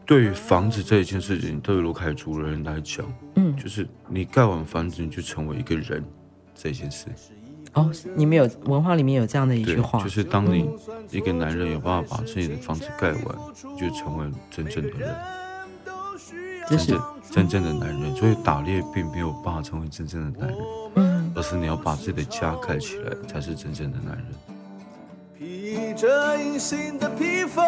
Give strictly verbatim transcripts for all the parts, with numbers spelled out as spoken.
对于房子这一件事情，对于罗凯族人来讲，嗯，就是你盖完房子，你就成为一个人这件事。 哦，你们有文化里面有这样的一句话， 就是当你一个男人有办法把自己的房子盖完，你就成为真正的人，真正真正的男人。所以打猎并没有办法成为真正的男人，嗯，而是你要把自己的家盖起来，才是真正的男人。披着隐形的披风，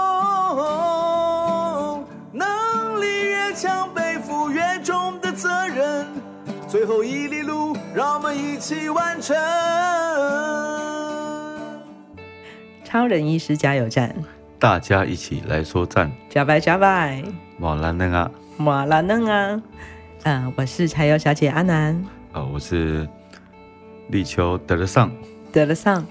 能力越强，背负越重的责任。最后一里路，让我们一起完成。 超人医师加油站， 大家一起来说赞。 加拜加拜， 马兰嫩啊， 马兰嫩啊，啊，我是柴油小姐阿南， 啊，我是立秋得了上， 得了上。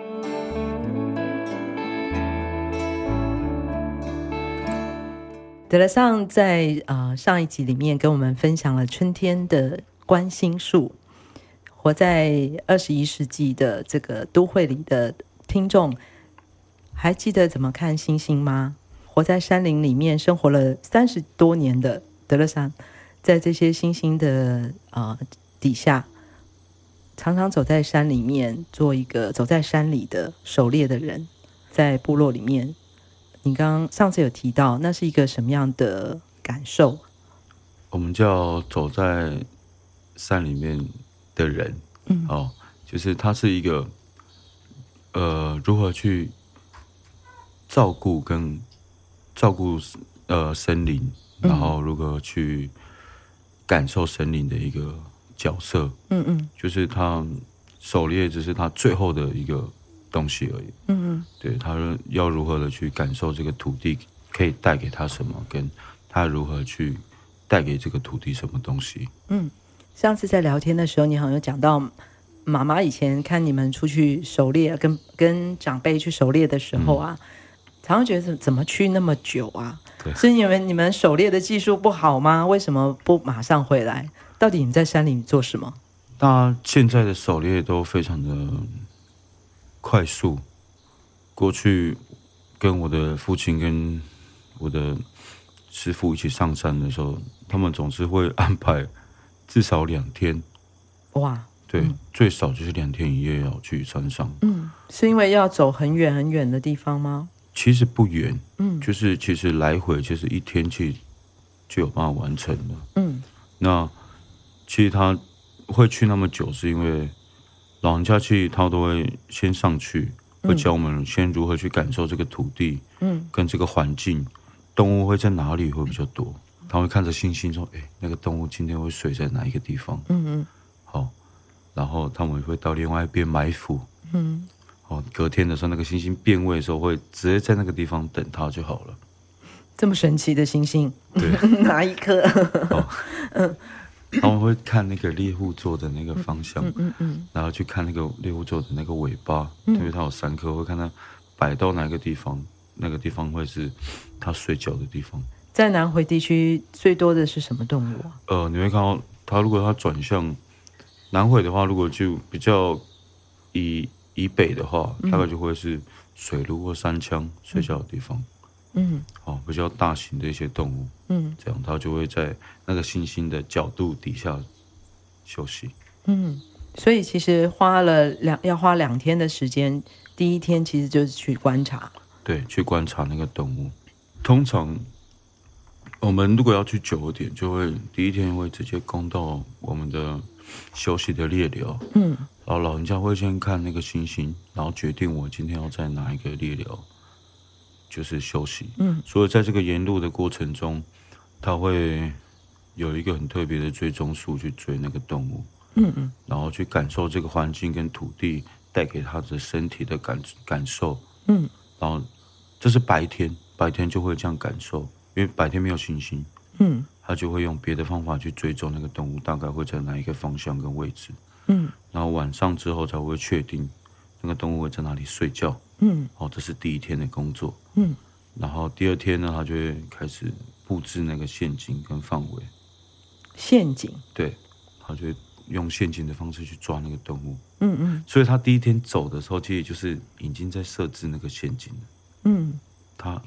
得了上在、呃、上一集里面跟我们分享了春天的观星术。活在二十一世纪的这个都会里的听众还记得怎么看星星吗？活在山林里面生活了三十多年的得了上，在这些星星的、呃、底下，常常走在山里面，做一个走在山里的狩猎的人。在部落里面，你刚刚上次有提到，那是一个什么样的感受？ 我们叫走在山里面的人，嗯，哦，就是他是一个，呃，如何去照顾跟照顾呃森林，然后如何去感受森林的一个角色，嗯嗯，就是他狩猎只是他最后的一个东西而已，嗯嗯，对，他要如何的去感受这个土地可以带给他什么，跟他如何去带给这个土地什么东西。 嗯，上次在聊天的时候，你好像有讲到妈妈以前看你们出去狩猎，跟跟长辈去狩猎的时候啊，嗯、常常觉得怎么去那么久啊？是因为你们狩猎的技术不好吗？为什么不马上回来？到底你在山里做什么？ 那现在的狩猎都非常的快速。过去跟我的父亲跟我的师父一起上山的时候，他们总是会安排至少两天。 哇， 对，嗯、最少就是两天一夜要去山上。 嗯，是因为要走很远很远的地方吗？ 其实不远，嗯，就是其实来回就是一天去就有办法完成了。嗯，那其实他会去那么久，是因为老人家去他都会先上去，会教我们先如何去感受这个土地，嗯，跟这个环境，动物会在哪里会比较多。他会看着星星说：“哎、欸，那个动物今天会睡在哪一个地方？”嗯嗯，好，然后他们会到另外一边埋伏，嗯。哦，隔天的时候，那个星星变位的时候，会直接在那个地方等它就好了。 这么神奇的星星， 对， 哪一颗？ 哦，嗯，他们会看那个猎户座的那个方向，嗯嗯嗯，然后去看那个猎户座的那个尾巴，嗯、因为它有三颗，会看它摆到哪个地方，那个地方会是它睡觉的地方。 在南回地区最多的是什么动物啊？ 呃，你会看到它，如果它转向南回的话，如果就比较以以北的话，大概就会是水鹿或山羌睡觉的地方。嗯，哦，比较大型的一些动物。嗯，这样它就会在那个星星的角度底下休息。 嗯，所以其实花了两要花两天的时间，第一天其实就是去观察。 对，去观察那个动物。通常我们如果要去久一点，就会第一天会直接攻到我们的休息的猎寮。嗯。然后老人家会先看那个星星，然后决定我今天要在哪一个猎寮，就是休息。嗯，所以在这个沿路的过程中，他会有一个很特别的追踪术去追那个动物。嗯嗯，然后去感受这个环境跟土地带给他的身体的感感受。嗯，然后这是白天，白天就会这样感受，因为白天没有星星。嗯，他就会用别的方法去追踪那个动物，大概会在哪一个方向跟位置。嗯，然后晚上之后才会确定那个动物会在哪里睡觉。嗯，哦，这是第一天的工作。嗯，然后第二天呢，他就会开始布置那个陷阱跟范围。 陷阱？对， 他就会用陷阱的方式去抓那个动物。嗯嗯，所以他第一天走的时候，其实就是已经在设置那个陷阱了。嗯，他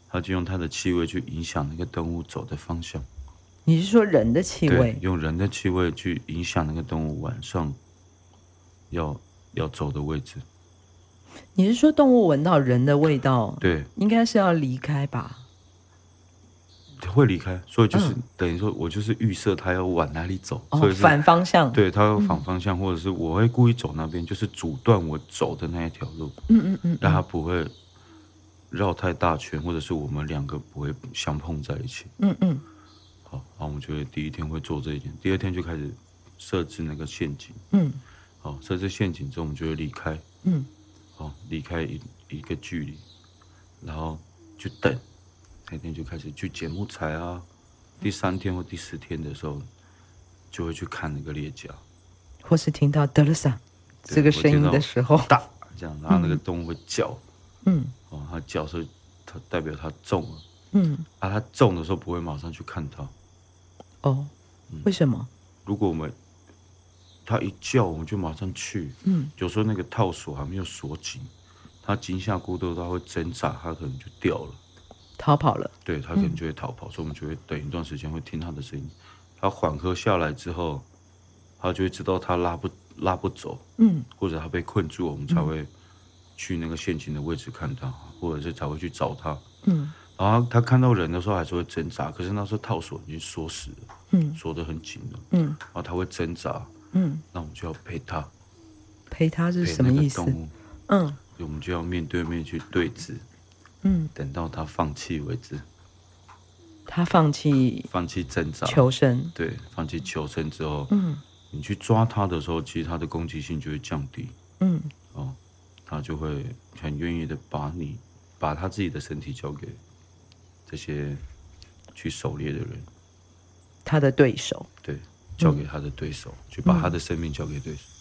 他就用他的气味去影响那个动物走的方向。 你是说人的气味？ 用人的气味去影响那个动物晚上要要走的位置。 你是说动物闻到人的味道？ 对， 应该是要离开吧？ 会离开，所以就是、嗯、等于说我就是预设它要往哪里走， 哦、 所以反方向。 对，它要反方向、嗯，或者是我会故意走那边，就是阻断我走的那一条路。 嗯嗯嗯， 让它不会绕太大圈，或者是我们两个不会相碰在一起。 嗯嗯。 好，然后我们觉得第一天会做这一点，第二天就开始设置那个陷阱。 嗯。 好，设置陷阱之后，我们就会离开。 嗯。 好，离开一一个距离，然后去等。那天就开始去捡木材啊。第三天或第四天的时候，就会去看那个猎家， 或是听到德勒萨这个声音的时候， 大这样，然后那个动物会叫。 嗯。 哦，它叫所以它代表它中了。 嗯。 啊，它中的时候不会马上去看它。 哦，为什么？ 如果我们它一叫，我们就马上去。 嗯。 有时候那个套索还没有锁紧，它惊吓过度，它会挣扎，它可能就掉了， 逃跑了。 对，它可能就会逃跑，嗯、所以我们就会等一段时间会听它的声音。它缓和下来之后，它就会知道它拉不拉不走， 嗯， 或者它被困住，我们才会去那个陷阱的位置看它，或者是才会去找它。 嗯。 然后他看到人的时候还是会挣扎，可是那时候套索已经锁死了，嗯，锁得很紧了， 嗯， 然后他会挣扎， 嗯， 那我们就要陪他， 陪他是什么意思？嗯， 我们就要面对面去对峙，嗯，等到他放弃为止。 他放弃， 放弃挣扎， 求生， 对，放弃求生之后， 嗯， 你去抓他的时候，其实他的攻击性就会降低， 嗯， 哦，他就会很愿意的把你把他自己的身体交给这些去狩猎的人， 他的对手， 对，交给他的对手，嗯、去把他的生命交给对手。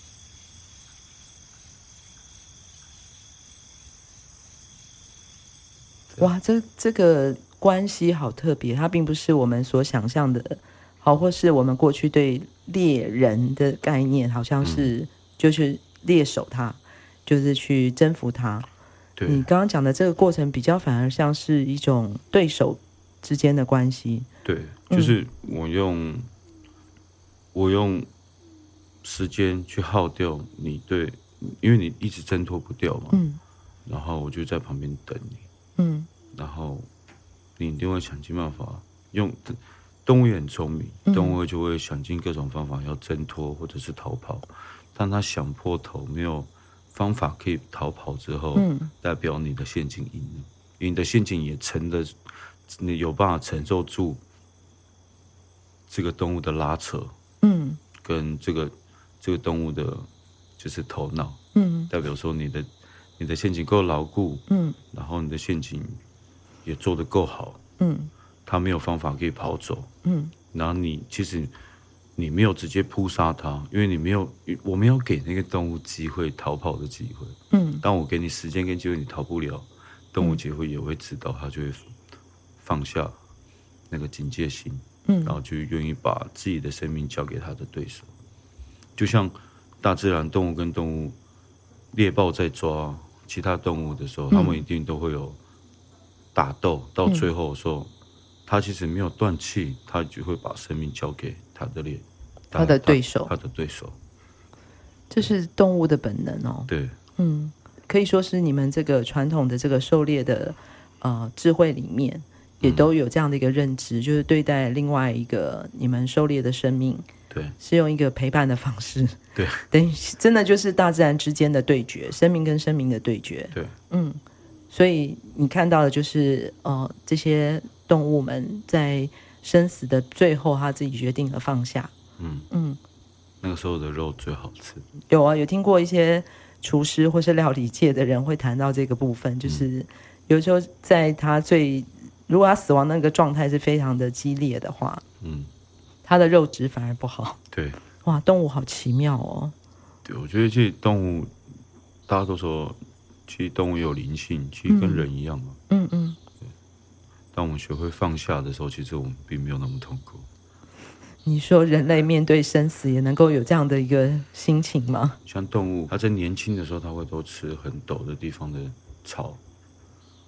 嗯、哇，这这个关系好特别，它并不是我们所想象的，好，或是我们过去对猎人的概念，好像是、嗯、就是猎手他，就是去征服他。你刚刚讲的这个过程比较反而像是一种对手之间的关系。 对，就是我用、嗯、我用时间去耗掉你，对，因为你一直挣脱不掉嘛，嗯，然后我就在旁边等你，嗯，然后你一定会想尽办法用，动物也很聪明，动物就会想尽各种方法要挣脱或者是逃跑，但它想破头没有方法可以逃跑之后，嗯，代表你的陷阱赢了，因为你的陷阱也承的，你有办法承受住这个动物的拉扯，嗯，跟这个这个动物的，就是头脑，嗯，代表说你的你的陷阱够牢固，嗯，然后你的陷阱也做得够好，嗯，它没有方法可以跑走，嗯，然后你其实。你没有直接扑杀它，因为你没有，我没有给那个动物机会逃跑的机会。嗯，当我给你时间跟机会，你逃不了，动物也会也会知道，它就会放下那个警戒心，嗯，然后就愿意把自己的生命交给他的对手。就像大自然动物跟动物，猎豹在抓其他动物的时候，嗯、他们一定都会有打斗，到最后的时候，他其实没有断气，他就会把生命交给他的猎。 他的对手， 他的对手， 这是动物的本能哦。 对， 嗯，可以说是你们这个传统的这个狩猎的呃智慧里面，也都有这样的一个认知，嗯、就是对待另外一个你们狩猎的生命， 对， 是用一个陪伴的方式， 对， 等于真的就是大自然之间的对决，生命跟生命的对决， 对， 嗯，所以你看到的就是呃这些动物们在生死的最后，他自己决定了放下。嗯嗯， 那个时候的肉最好吃。 有啊，有听过一些厨师或是料理界的人会谈到这个部分，就是有时候在他最如果他死亡那个状态是非常的激烈的话，嗯，他的肉质反而不好。 对， 哇，动物好奇妙哦。 对，我觉得其实动物大家都说，其实动物有灵性，其实跟人一样嘛。嗯嗯。对，当我们学会放下的时候，其实我们并没有那么痛苦。 你说人类面对生死也能够有这样的一个心情吗？ 像动物，它在年轻的时候，它会都吃很陡的地方的草，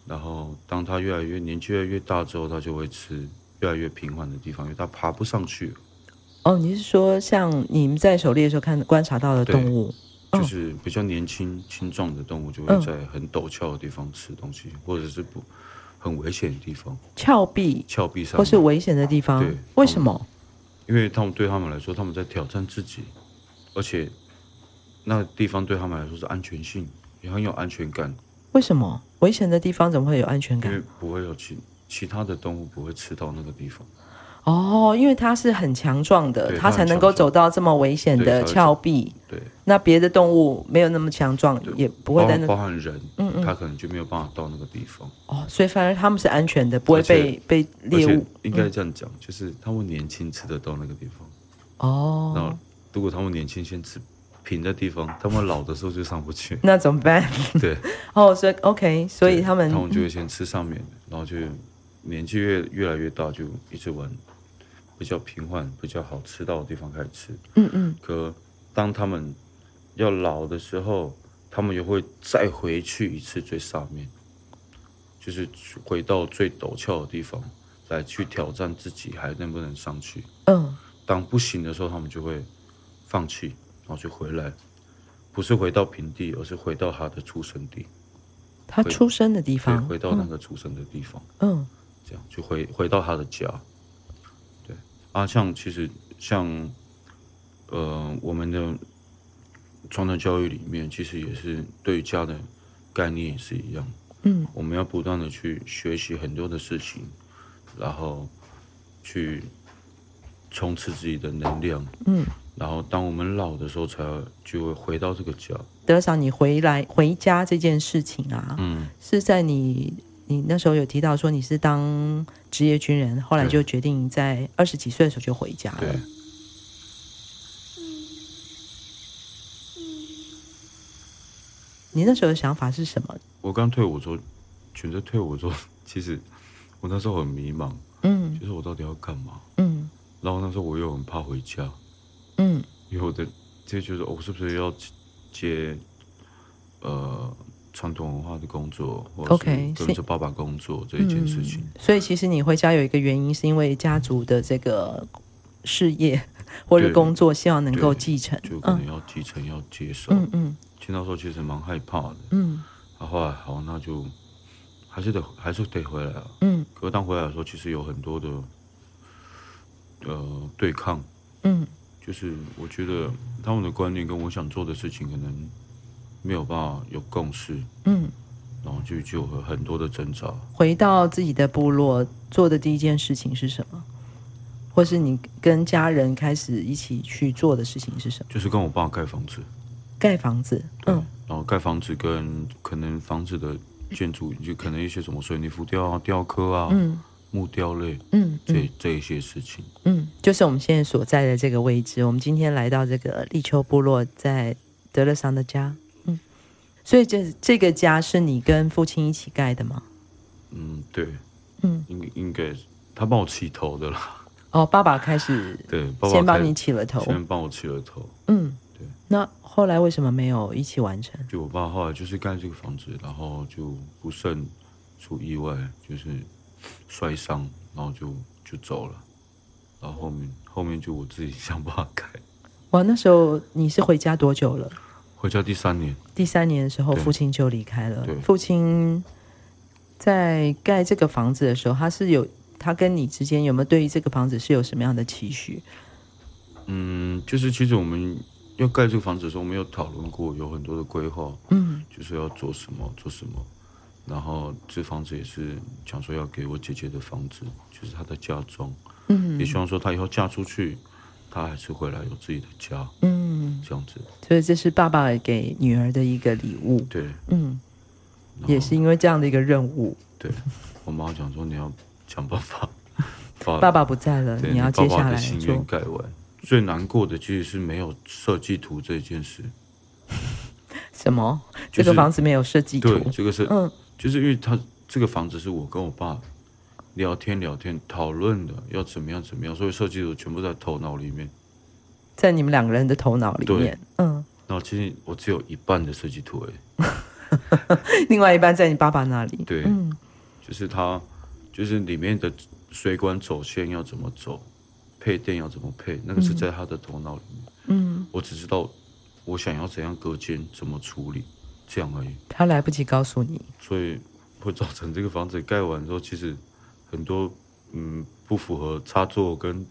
然后当他越来越年纪越来越大之后，他就会吃越来越平缓的地方，因为他爬不上去了。 哦，你是说像你们在狩猎的时候看观察到的动物， 就是比较年轻青壮的动物就会在很陡峭的地方吃东西，嗯、或者是不很危险的地方， 峭壁、 峭壁上或是危险的地方。 对， 为什么？ 因为他们对他们来说，他们在挑战自己，而且那个地方对他们来说是安全性，也很有安全感。 为什么危险的地方怎么会有安全感？ 因为不会有其其他的动物不会吃到那个地方。 哦，因为它是很强壮的，它才能够走到这么危险的峭壁。 对， 那别的动物没有那么强壮，也不会在那， 包含人，嗯嗯，它可能就没有办法到那个地方。 哦，所以反而他们是安全的，不会被被猎物。 应该这样讲，嗯、就是他们年轻吃得到那个地方。 哦， 然后如果他们年轻先吃平的地方，他们老的时候就上不去。 那怎么办？ 对， 哦，所以 OK， 所以他们他们就会先吃上面的，然后就年纪越越来越大，就一直往比较平缓、比较好吃到的地方开始吃。 嗯嗯。 可当他们要老的时候，他们又会再回去一次最上面，就是回到最陡峭的地方来去挑战自己还能不能上去。 嗯。 当不行的时候，他们就会放弃，然后就回来，不是回到平地，而是回到他的出生地。 他出生的地方， 回到那个出生的地方。 嗯， 这样就回回到他的家。对啊，像其实像呃我们的传统教育里面，其实也是对于家的概念也是一样。嗯，我们要不断的去学习很多的事情，然后去充斥自己的能量。嗯，然后当我们老的时候，才就会回到这个家。 德嫂，你回来回家这件事情啊，嗯，是在你你那时候有提到说你是当职业军人，后来就决定在二十几岁的时候就回家了。 对。 你那时候的想法是什么？ 我刚退伍之后，选择退伍之后，其实我那时候很迷茫，嗯，就是我到底要干嘛，嗯，然后那时候我又很怕回家，嗯，因为我的就觉得我是不是要接呃传统文化的工作，或者是跟着爸爸工作这一件事情。 嗯、所以其实你回家有一个原因，是因为家族的这个事业或者工作，希望能够继承， 就可能要继承、嗯、要接手。嗯嗯。听到说其实蛮害怕的，嗯，然后后来好，那就还是得还是得回来啊，嗯。可是当回来的时候，其实有很多的呃对抗，嗯，就是我觉得他们的观念跟我想做的事情可能没有办法有共识，嗯，然后就就有很多的挣扎。 回到自己的部落做的第一件事情是什么？或是你跟家人开始一起去做的事情是什么？ 就是跟我爸盖房子。 盖房子， 嗯，然后盖房子跟可能房子的建筑，就可能一些什么水泥浮雕啊、雕刻啊、嗯、木雕类，嗯，这这一些事情， 嗯，就是我们现在所在的这个位置。我们今天来到这个立秋部落，在德勒桑的家，嗯，所以这这个家是你跟父亲一起盖的吗？ 嗯，对，嗯，应应该他帮我起头的啦。 哦，爸爸开始对，爸爸先帮你起了头， 先帮我起了头， 嗯，对，那。后来为什么没有一起完成？ 就我爸后来就是盖这个房子，然后就不慎出意外，就是摔伤，然后就就走了。然后后面后面就我自己想办法盖。 哇，那时候你是回家多久了？ 回家第三年。 第三年的时候，父亲就离开了。父亲在盖这个房子的时候，他是有他跟你之间有没有对于这个房子是有什么样的期许？ 嗯，就是其实我们。要盖这个房子的时候，我们有讨论过，有很多的规划，嗯，就是要做什么做什么。然后这房子也是讲说要给我姐姐的房子，就是她的家中，嗯，也希望说她以后嫁出去，她还是回来有自己的家，嗯，这样子。 所以这是爸爸给女儿的一个礼物， 对， 嗯，也是因为这样的一个任务。 对，我妈讲说你要想办法，把爸爸不在了，你要接下来做。 爸爸的心愿盖完。最难过的其实是没有设计图这件事。 什么？就是、这个房子没有设计图？ 对，这个是，嗯，就是因为他这个房子是我跟我爸聊天聊天讨论的，要怎么样怎么样，所以设计图全部在头脑里面， 在你们两个人的头脑里面。嗯， 然后其实我只有一半的设计图而已， 另外一半在你爸爸那里。 对，嗯， 就是它就是里面的水管走线要怎么走，配电要怎么配，那个是在他的头脑里面。嗯，我只知道我想要怎样隔间，怎么处理，这样而已。 他来不及告诉你， 所以会造成这个房子盖完之后，其实很多嗯不符合插座跟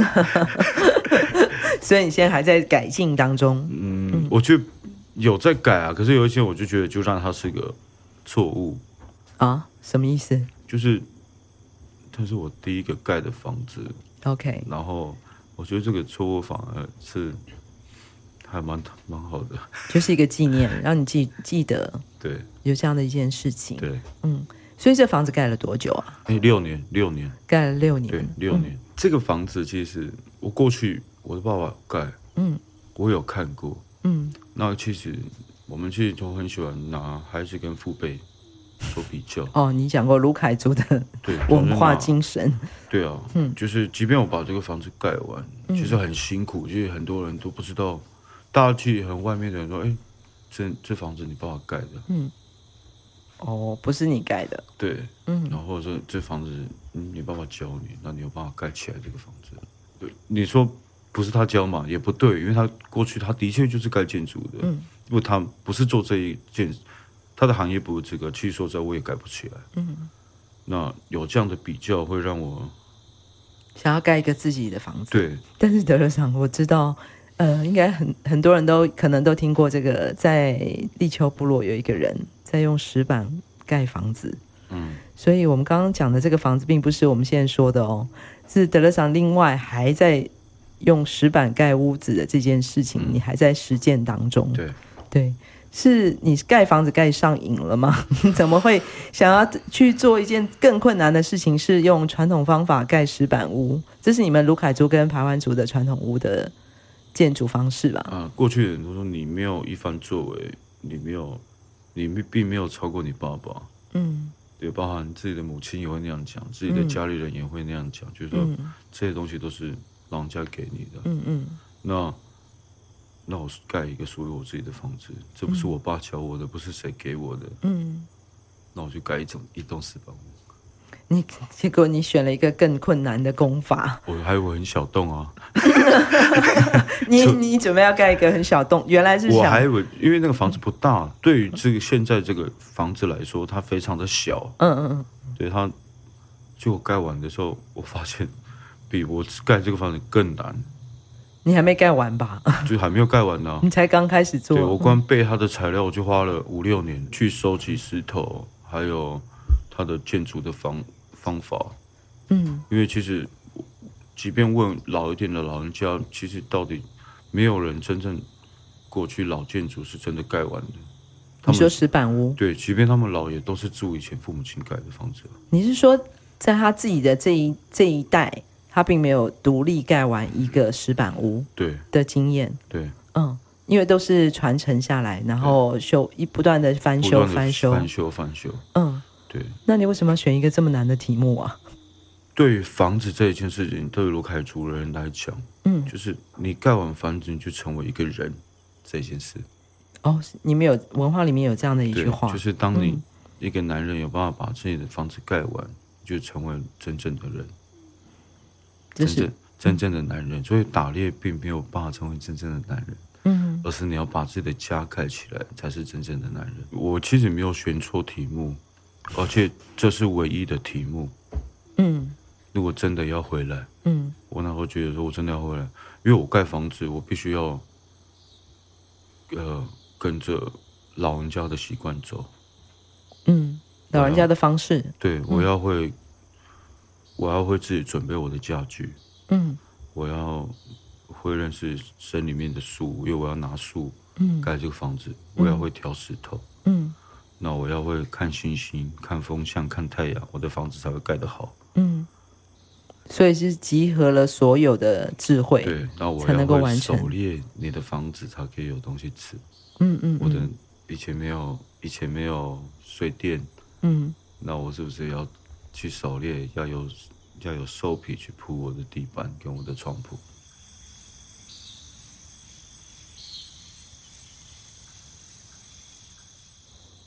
所以你现在还在改进当中。 嗯，嗯我觉得有在改啊，可是有一些我就觉得就让它是个错误啊，什么意思？ 就是它是我第一个盖的房子 ，OK， 然后我觉得这个错误反而是还蛮蛮好的， 就是一个纪念，让你记记得对有这样的一件事情。 对， 嗯，所以这房子盖了多久啊？ 哎，六年六年， 盖了六年， 对，六年。嗯、这个房子其实我过去我的爸爸盖，嗯，我有看过，嗯，那其实我们其实都很喜欢拿孩子跟父辈做比较。 哦，你讲过卢凯族的对文化精神。 对啊，嗯，就是即便我把这个房子盖完，嗯、其实很辛苦，其实很多人都不知道，大家去很外面的人说，哎，这这房子你爸爸盖的，嗯， 哦，不是你盖的， 对，嗯，然后或者说这房子，嗯，你爸爸教你，那你有办法盖起来这个房子，对，你说不是他教嘛，也不对，因为他过去他的确就是盖建筑的，嗯，如果他不是做这一件，他的行业不是这个，其实说实在我也盖不起来，嗯。那有这样的比较，会让我想要盖一个自己的房子。 对， 但是德勒长，我知道，呃，应该很很多人都可能都听过这个，在立秋部落有一个人在用石板盖房子。嗯，所以我们刚刚讲的这个房子，并不是我们现在说的哦，是德勒长另外还在用石板盖屋子的这件事情，嗯、你还在实践当中。 对对。是你盖房子盖上瘾了吗？怎么会想要去做一件更困难的事情，是用传统方法盖石板屋？这是你们卢凯族跟排湾族的传统屋的建筑方式吧？ 啊，过去的人都说你没有一番作为，你没有，你并没有超过你爸爸。嗯，对，包含自己的母亲也会那样讲，自己的家里人也会那样讲，嗯、就是说、嗯、这些东西都是老人家给你的。嗯嗯，那。那我盖一个属于我自己的房子，这不是我爸教我的，嗯、不是谁给我的。嗯，那我就盖一种一栋石板屋。 你结果你选了一个更困难的工法。 我还以为很小栋啊。 你你准备要盖一个很小栋，原来是想我还以为，因为那个房子不大，对于这个现在这个房子来说，它非常的小。嗯嗯嗯。对它，就我盖完的时候，我发现比我盖这个房子更难。 你还没盖完吧？ 就还没有盖完呢、啊。 你才刚开始做。 对，我光背它的材料，我就花了五六年去收集石头，还有它的建筑的方方法。嗯，因为其实，即便问老一点的老人家，其实到底没有人真正过去老建筑是真的盖完的。 你说石板屋？ 对，即便他们老也都是住以前父母亲盖的房子。 你是说，在他自己的这一这一代？他并没有独立盖完一个石板屋的经验， 对， 嗯，因为都是传承下来，然后修一不断的翻修翻修翻修翻修， 嗯， 对。 那你为什么要选一个这么难的题目啊？ 对于房子这一件事情，对于卢凯族人来讲，嗯，就是你盖完房子，你就成为一个人这件事。 哦，你们有文化里面有这样的一句话， 就是当你一个男人有办法把自己的房子盖完，就成为真正的人。真正真正的男人，所以打猎并没有办法成为真正的男人，嗯，而是你要把自己的家盖起来，才是真正的男人。我其实没有选错题目，而且这是唯一的题目，嗯，如果真的要回来，嗯，我那会觉得说我真的要回来，因为我盖房子，我必须要，呃，跟着老人家的习惯走， 嗯，老人家的方式， 对，我要会。嗯我要会自己准备我的家具，嗯，我要会认识山里面的树，因为我要拿树盖这个房子，嗯、我要会挑石头，嗯，那我要会看星星、看风向、看太阳，我的房子才会盖得好， 嗯，所以是集合了所有的智慧， 对，那我要会狩猎你的房子才可以有东西吃，嗯嗯，我的以前没有，以前没有水电，嗯，那我是不是要？去狩猎要有要有兽皮去铺我的地板跟我的床铺。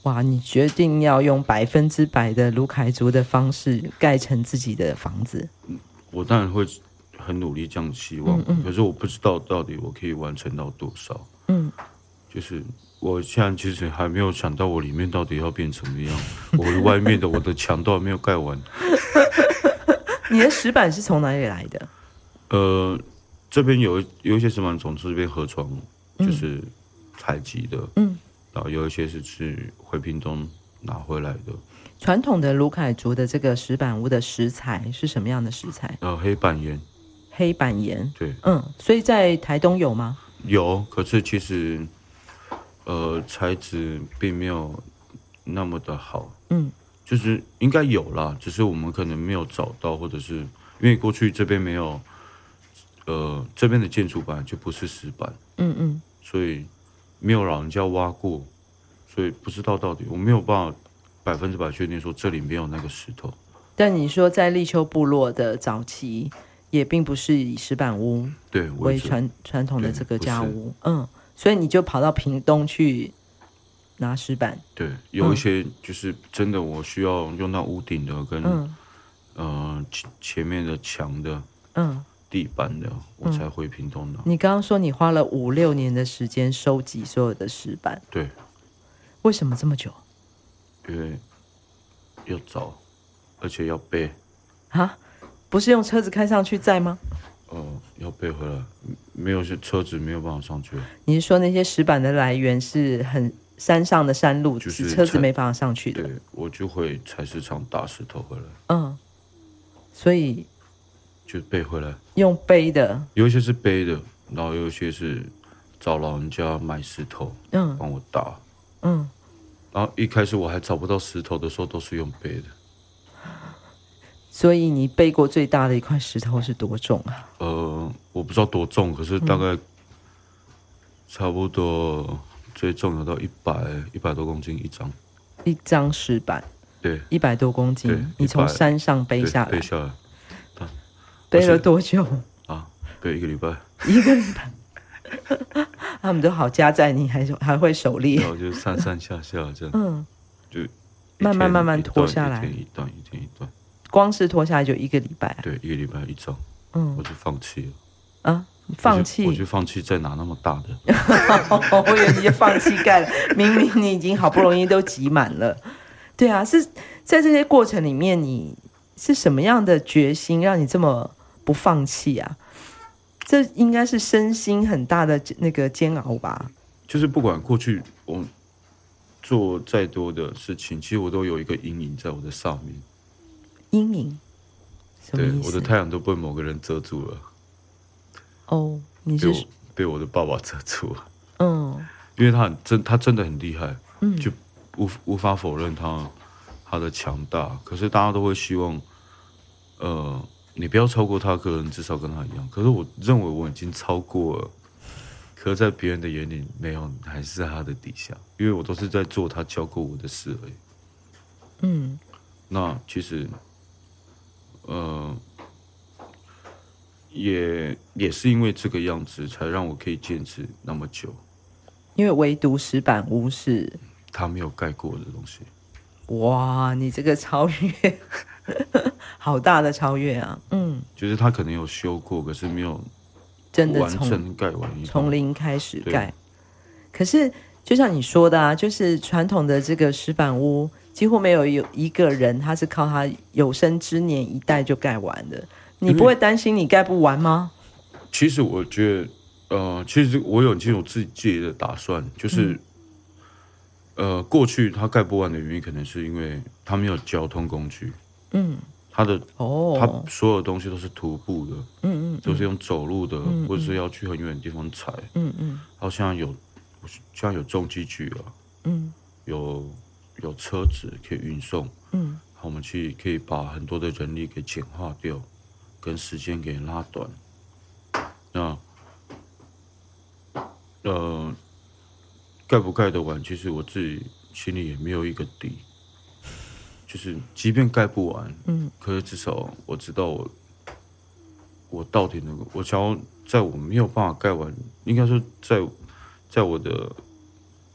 哇，你决定要用百分之百的卢凯族的方式盖成自己的房子？ 我当然会很努力这样希望，嗯嗯，可是我不知道到底我可以完成到多少。嗯，就是我现在其实还没有想到我里面到底要变成什么样，我的外面的我的墙都还没有盖完。 你的石板是从哪里来的？ 呃，这边有有一些石板从这边河床就是采集的，嗯，然后有一些是去回屏东拿回来的。 传统的卢凯族的这个石板屋的石材是什么样的石材？ 呃，黑板岩。 黑板岩。 对， 嗯，所以在台东有吗？ 有，可是其实，呃，材质并没有那么的好。嗯，就是应该有啦，只是我们可能没有找到，或者是因为过去这边没有，呃，这边的建筑板就不是石板。嗯嗯，所以没有老人家挖过，所以不知道到底，我没有办法百分之百确定说这里没有那个石头。 但你说在立秋部落的早期，也并不是以石板屋对为传传统的这个家屋，嗯，所以你就跑到屏东去拿石板。 对，有一些就是真的我需要用到屋顶的跟、嗯、呃前面的墙的，嗯，地板的，我才回屏东的。 你刚刚说你花了五六年的时间收集所有的石板， 对， 为什么这么久？ 因为要找，而且要背。 啊？不是用车子开上去载吗？ 哦、呃，要背回来，没有车子没有办法上去。 你是说那些石板的来源是很山上的山路，就是车子没办法上去的？ 对，我就会菜市场打石头回来。 嗯，所以就背回来， 用背的， 有一些是背的，然后有一些是找老人家买石头，嗯，帮我打，嗯，然后一开始我还找不到石头的时候，都是用背的。 所以你背过最大的一块石头是多重啊？ 呃，我不知道多重，可是大概差不多最重有到一百一百多公斤一张。 一张石板， 对， 一百多公斤，你从山上背下来， 背下来， 背了多久啊？背一个礼拜， 一个礼拜。他们都好加在你，还还会狩猎， 然后就上上下下这样，嗯，就慢慢慢慢拖下来， 一天一段，一天一段。 光是拖下来就一个礼拜， 对，一个礼拜一张，嗯，我就放弃了。啊，放弃？ 我就放弃再拿那么大的。 我以为你就放弃盖了，明明你已经好不容易都挤满了。对啊，是在这些过程里面，你是什么样的决心让你这么不放弃啊？这应该是身心很大的那个煎熬吧？ 就是不管过去我做再多的事情，其实我都有一个阴影在我的上面。 阴影？什么意思？ 对，我的太阳都被某个人遮住了。 哦，你是被我被我的爸爸遮住了。嗯，因为他很真，他真的很厉害，嗯，就无无法否认他他的强大。可是大家都会希望，呃，你不要超过他，可能至少跟他一样。可是我认为我已经超过了，可是在别人的眼里没有，还是在他的底下，因为我都是在做他教过我的事而已。嗯，那其实。呃，也也是因为这个样子，才让我可以坚持那么久。 因为唯独石板屋是他没有盖过的东西。 哇，你这个超越，好大的超越啊！嗯， 就是他可能有修过，可是没有真的完整盖完， 从零开始盖。可是就像你说的啊，就是传统的这个石板屋。几乎没有有一个人他是靠他有生之年一代就盖完的，你不会担心你盖不完吗？ 其实我觉得，呃，其实我有经有自己的打算，就是，嗯、呃，过去他盖不完的原因，可能是因为他没有交通工具，嗯，他的哦，他所有东西都是徒步的，嗯 嗯, 嗯，都是用走路的，嗯嗯，或者是要去很远的地方采，嗯嗯，然后现在有，现在有重机具了，嗯，有。有车子可以运送，嗯，我们去可以把很多的人力给简化掉，跟时间给拉短。那，呃，盖不盖得完？其实我自己心里也没有一个底。就是即便盖不完，嗯，可是至少我知道我，我到底能够，我想要在我没有办法盖完，应该说在，在我的。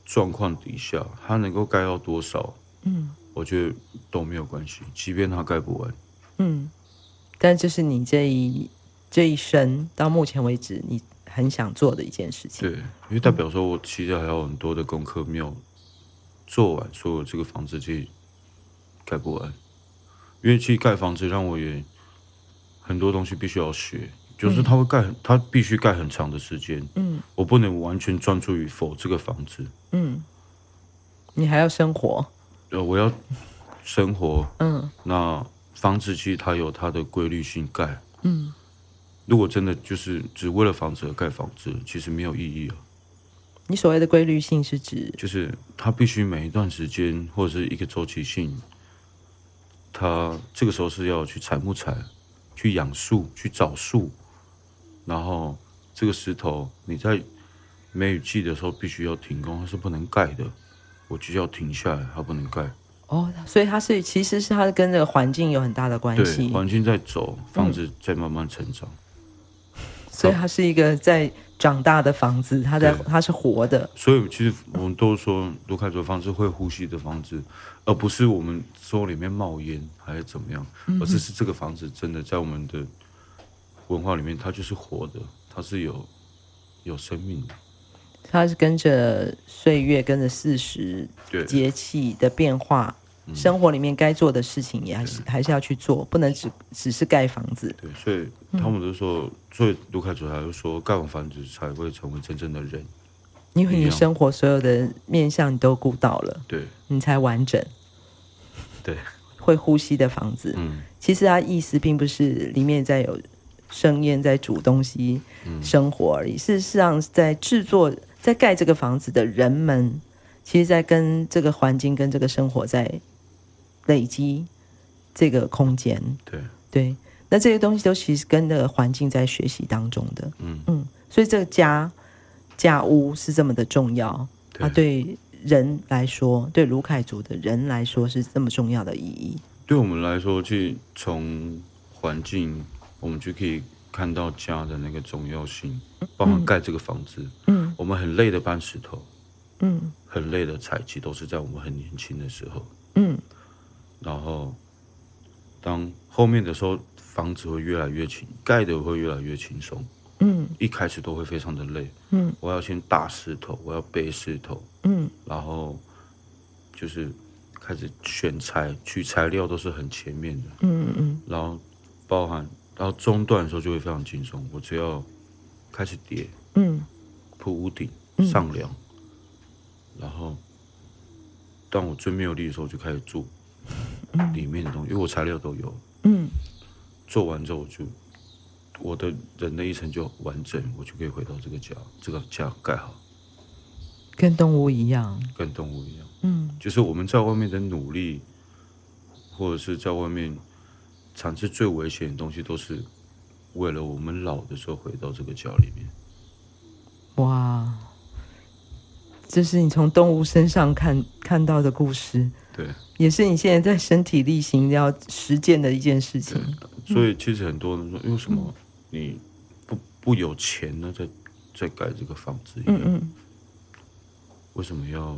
状况底下，他能够盖到多少，嗯，我觉得都没有关系，即便他盖不完， 嗯，但这是你这一这一生到目前为止你很想做的一件事情。 对，因为代表说我其实还有很多的功课没有做完，所以我这个房子其实盖不完。因为其实盖房子让我也很多东西必须要学，就是它会盖很，它必须盖很长的时间。嗯，我不能完全专注于否这个房子。 嗯，你还要生活。 呃，我要生活。嗯，那房子其实它有它的规律性盖。嗯，如果真的就是只为了房子而盖房子，其实没有意义了。 你所谓的规律性是指， 就是它必须每一段时间或者是一个周期性。他这个时候是要去采木材，去养树，去找树，然后这个石头你在梅雨季的时候必须要停工，它是不能盖的，我就要停下来，它不能盖。 哦，所以它是其实是它跟这个环境有很大的关系。 对，环境在走，房子在慢慢成长， 嗯、所以它是一个在长大的房子，它在它是活的。 所以其实我们都说卢凯族的房子会呼吸的房子，而不是我们说里面冒烟还是怎么样，嗯、而是是这个房子真的在我们的文化里面，它就是活的，它是有有生命的。 它是跟着岁月、跟着四时节气的变化，生活里面该做的事情也还是还是要去做，不能只只是盖房子。 对，所以他们都说，嗯、所以卢凯族还会说，盖完房子才会成为真正的人， 因为你生活所有的面向你都顾到了， 对， 你才完整。 对， 会呼吸的房子，嗯，其实它意思并不是里面在有生烟在煮东西生活而已，事实上在制作。在盖这个房子的人们，其实在跟这个环境、跟这个生活在累积这个空间。 对对，那这些东西都其实跟这个环境在学习当中的。嗯嗯，所以这个家家屋是这么的重要，它对人来说，对卢凯族的人来说是这么重要的意义。 对我们来说，去从环境，我们就可以看到家的那个重要性，包含盖这个房子。嗯，我们很累的搬石头，嗯，很累的采集，都是在我们很年轻的时候。嗯，然后当后面的时候，房子会越来越轻，盖的会越来越轻松。嗯，一开始都会非常的累。嗯，我要先打石头，我要背石头。嗯，然后就是开始选材，取材料都是很前面的。嗯嗯，然后包含。然后中段的时候就会非常轻松，我只要开始叠，嗯，铺屋顶、上梁，嗯、然后当我最没有力的时候，就开始做里面的东西，因为我材料都有，嗯，做完之后我就我的人的一生就完整，我就可以回到这个家，这个家盖好， 跟动物一样， 跟动物一样，嗯，就是我们在外面的努力，或者是在外面。产生最危险的东西，都是为了我们老的时候回到这个家里面。 哇，这是你从动物身上看看到的故事， 对， 也是你现在在身体力行要实践的一件事情。 所以其实很多人说，为什么你不不有钱呢？在在盖这个房子一样，嗯嗯，为什么要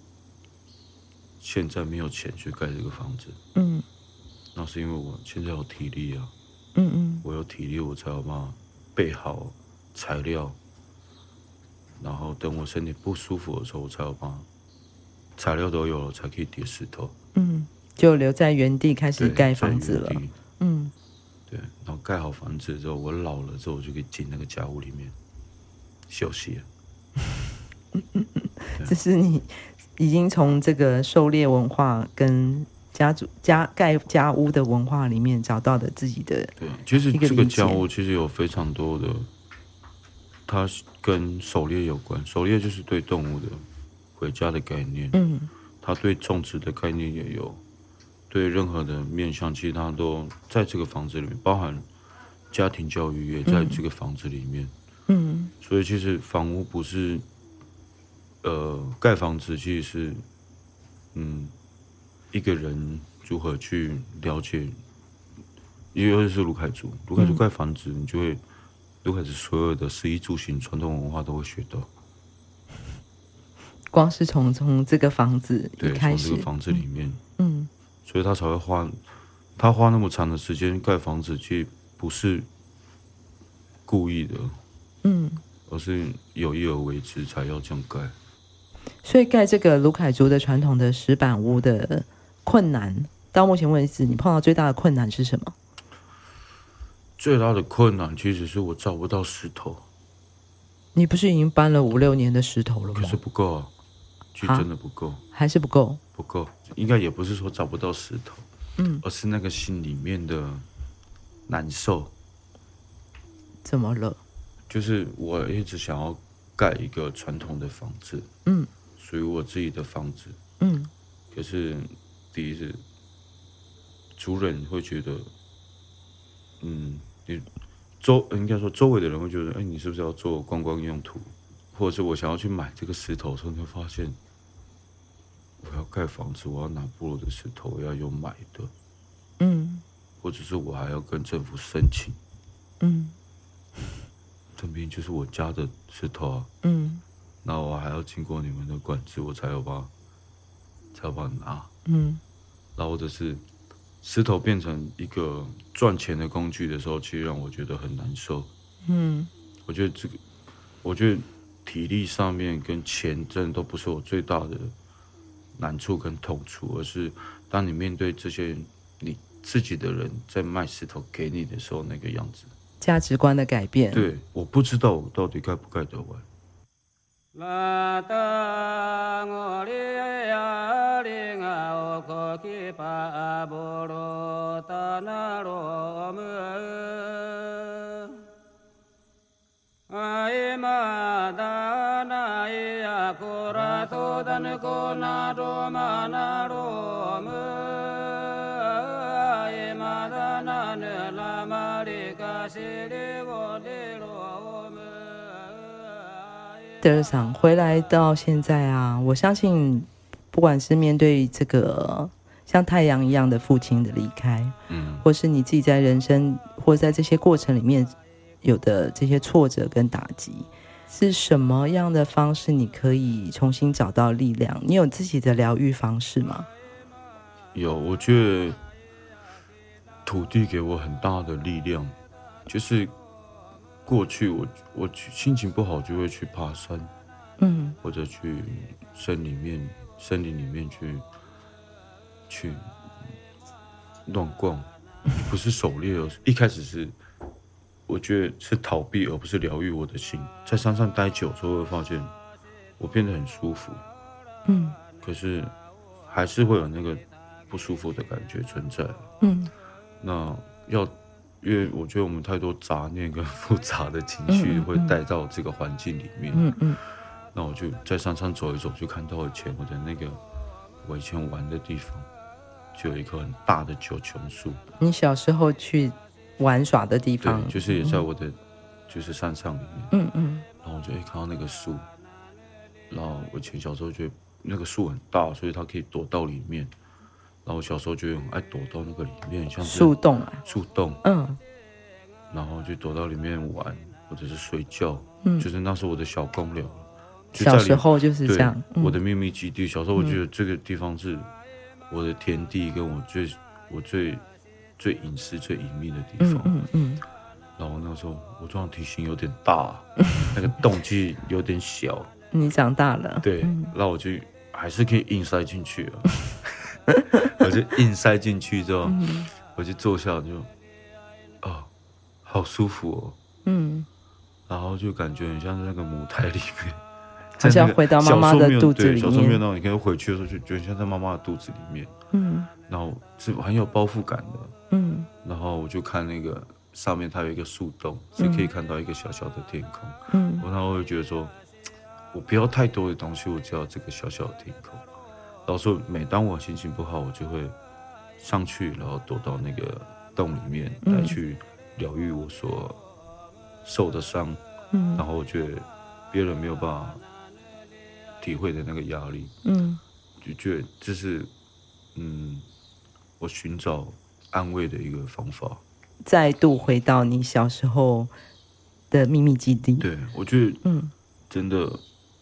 现在没有钱去盖这个房子？嗯。那是因为我现在有体力啊，嗯嗯，我有体力，我才有办法备好材料，然后等我身体不舒服的时候，我才有办法材料都有了，才可以叠石头。嗯， 就留在原地开始盖房子了。嗯， 对，然后盖好房子之后，我老了之后，我就可以进那个家屋里面休息了。 这是你已经从这个狩猎文化跟家族家盖家屋的文化里面找到的自己的。 对，其实这个家屋其实有非常多的，它跟狩猎有关。狩猎就是对动物的回家的概念，嗯，它对种植的概念也有，对任何的面向，其实它都在这个房子里面，包含家庭教育也在这个房子里面，嗯，所以其实房屋不是，呃，盖房子其实是，嗯。一个人如何去了解，尤其是卢凯族，卢凯族盖房子，你就会卢凯族所有的食衣住行传统文化都会学到。 光是从从这个房子一开始， 从这个房子里面， 嗯， 所以他才会花，他花那么长的时间盖房子，其实不是故意的， 嗯， 而是有意而为之才要这样盖。 所以盖这个鲁凯族的传统的石板屋的困难，到目前为止，你碰到最大的困难是什么？ 最大的困难其实是我找不到石头。 你不是已经搬了五六年的石头了吗？ 可是不够啊，其实真的不够， 还是不够， 不够。应该也不是说找不到石头， 嗯， 而是那个心里面的难受。 怎么了？ 就是我一直想要盖一个传统的房子， 嗯， 属于我自己的房子， 嗯， 可是第一是族人会觉得，嗯，你周应该说周围的人会觉得，哎，你是不是要做观光用途？或者是我想要去买这个石头的时候，你会发现，我要盖房子，我要拿部落的石头，我要有买的， 嗯， 或者是我还要跟政府申请， 嗯， 这边就是我家的石头啊， 嗯， 那我还要经过你们的管制，我才有办法，才有办法拿， 嗯， 然后或者是石头变成一个赚钱的工具的时候，其实让我觉得很难受。 嗯， 我觉得这个，我觉得体力上面跟钱真的都不是我最大的难处跟痛处，而是当你面对这些你自己的人在卖石头给你的时候，那个样子， 价值观的改变。 对，我不知道我到底盖不盖得完。 德尔赏回来到现在啊，我相信不管是面对这个像太阳一样的父亲的离开， 嗯， 或是你自己在人生或在这些过程里面有的这些挫折跟打击，是什么样的方式你可以重新找到力量？你有自己的疗愈方式吗？ 有，我觉得土地给我很大的力量，就是过去我我心情不好就会去爬山， 嗯， 或者去森里面森林里面去去乱逛，不是狩猎，一开始是我觉得是逃避，而不是疗愈我的心。在山上待久之后，会发现我变得很舒服， 嗯， 可是还是会有那个不舒服的感觉存在， 嗯， 那要。因为我觉得我们太多杂念跟复杂的情绪会带到这个环境里面， 嗯嗯， 那我就在山上走一走，就看到以前我的那个我以前玩的地方，就有一棵很大的九琼树。 你小时候去玩耍的地方， 对，就是也在我的、嗯、就是山上里面， 嗯嗯， 然后我就会看到那个树，然后我以前小时候觉得那个树很大，所以它可以躲到里面。然后我小时候就很爱躲到那个里面，像是树洞啊， 树洞， 嗯， 然后就躲到里面玩，或者是睡觉， 嗯， 就是那是我的小公寮。 小时候就是这样， 嗯、我的秘密基地。小时候我觉得这个地方是我的田地，跟我最我最最隐私、最隐秘的地方。 嗯嗯嗯。 然后那时候我这样体型有点大，那个洞其实有点小。 你长大了， 对， 嗯、 然后我就还是可以硬塞进去啊。我就硬塞进去之后，嗯、我就坐下就，哦，好舒服哦， 嗯， 然后就感觉很像那个母胎里面， 好像回到妈妈的肚子里面。 小时候没有那种，你可以回去的时候就觉得像在妈妈的肚子里面， 嗯， 然后是很有包覆感的， 嗯， 然后我就看那个上面它有一个树洞，是可以看到一个小小的天空， 嗯， 然后我会觉得说，我不要太多的东西，我只要这个小小的天空。然后说，每当我心情不好，我就会上去，然后躲到那个洞里面来去疗愈我所受的伤。嗯，然后我觉得别人没有办法体会的那个压力，嗯，就觉得这是嗯我寻找安慰的一个方法。 再度回到你小时候的秘密基地。 对，我觉得嗯，真的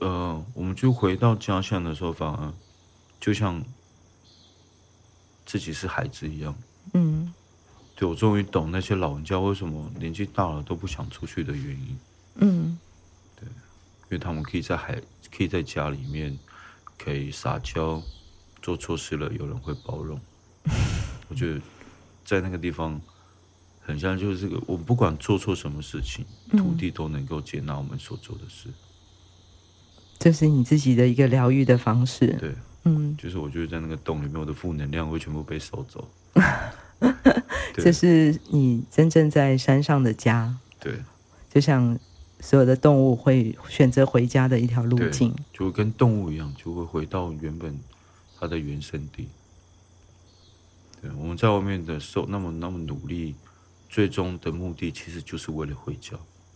呃，我们就回到家乡的时候，反而就像自己是孩子一样。嗯，对，我终于懂那些老人家为什么年纪大了都不想出去的原因。嗯，对，因为他们可以在海，可以在家里面可以撒娇，做错事了有人会包容。我觉得在那个地方。很像就是这个，我不管做错什么事情，土地都能够接纳我们所做的事。 这是你自己的一个疗愈的方式。 对，嗯，就是我觉得在那个洞里面，我的负能量会全部被收走。 这是你真正在山上的家。 对， 就像所有的动物会选择回家的一条路径， 就会跟动物一样，就会回到原本它的原生地。对，我们在外面的受那么那么努力。最终的目的其实就是为了回家。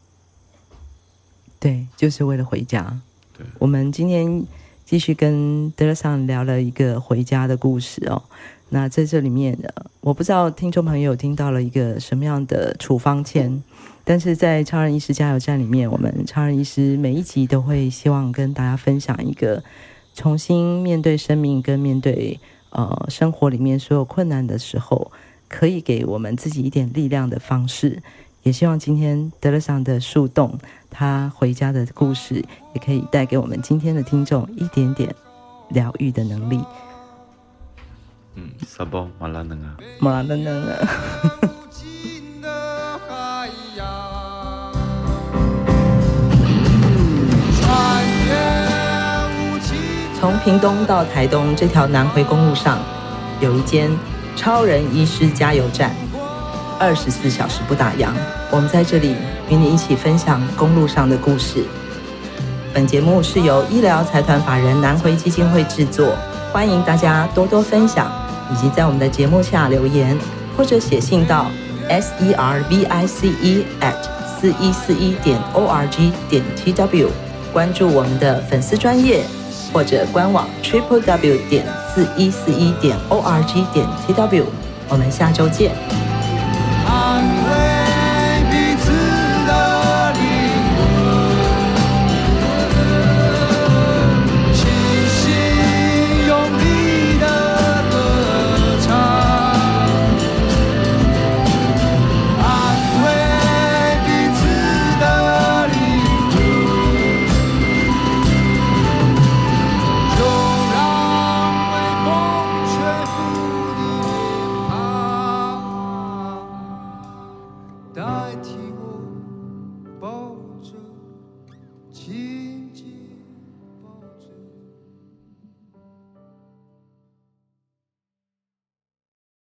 对，就是为了回家。 对， 我们今天继续跟德勒桑聊了一个回家的故事哦。那在这里面，我不知道听众朋友听到了一个什么样的处方签，但是在超人医师加油站里面，我们超人医师每一集都会希望跟大家分享一个重新面对生命跟面对呃生活里面所有困难的时候。可以给我们自己一点力量的方式，也希望今天德勒桑的树洞他回家的故事也可以带给我们今天的听众一点点疗愈的能力。 嗯，沙包马拉能啊， 马拉能啊。从屏东到台东这条南回公路上，有一间超人医师加油站，二十四小时不打烊。我们在这里与你一起分享公路上的故事。本节目是由医疗财团法人南回基金会制作，欢迎大家多多分享，以及在我们的节目下留言，或者写信到 s e r v i c e at 四一四一点 o r g 点 t w， 关注我们的粉丝专页，或者官网 triple w 点四一四一点 o r g 点 t w。我们下周见。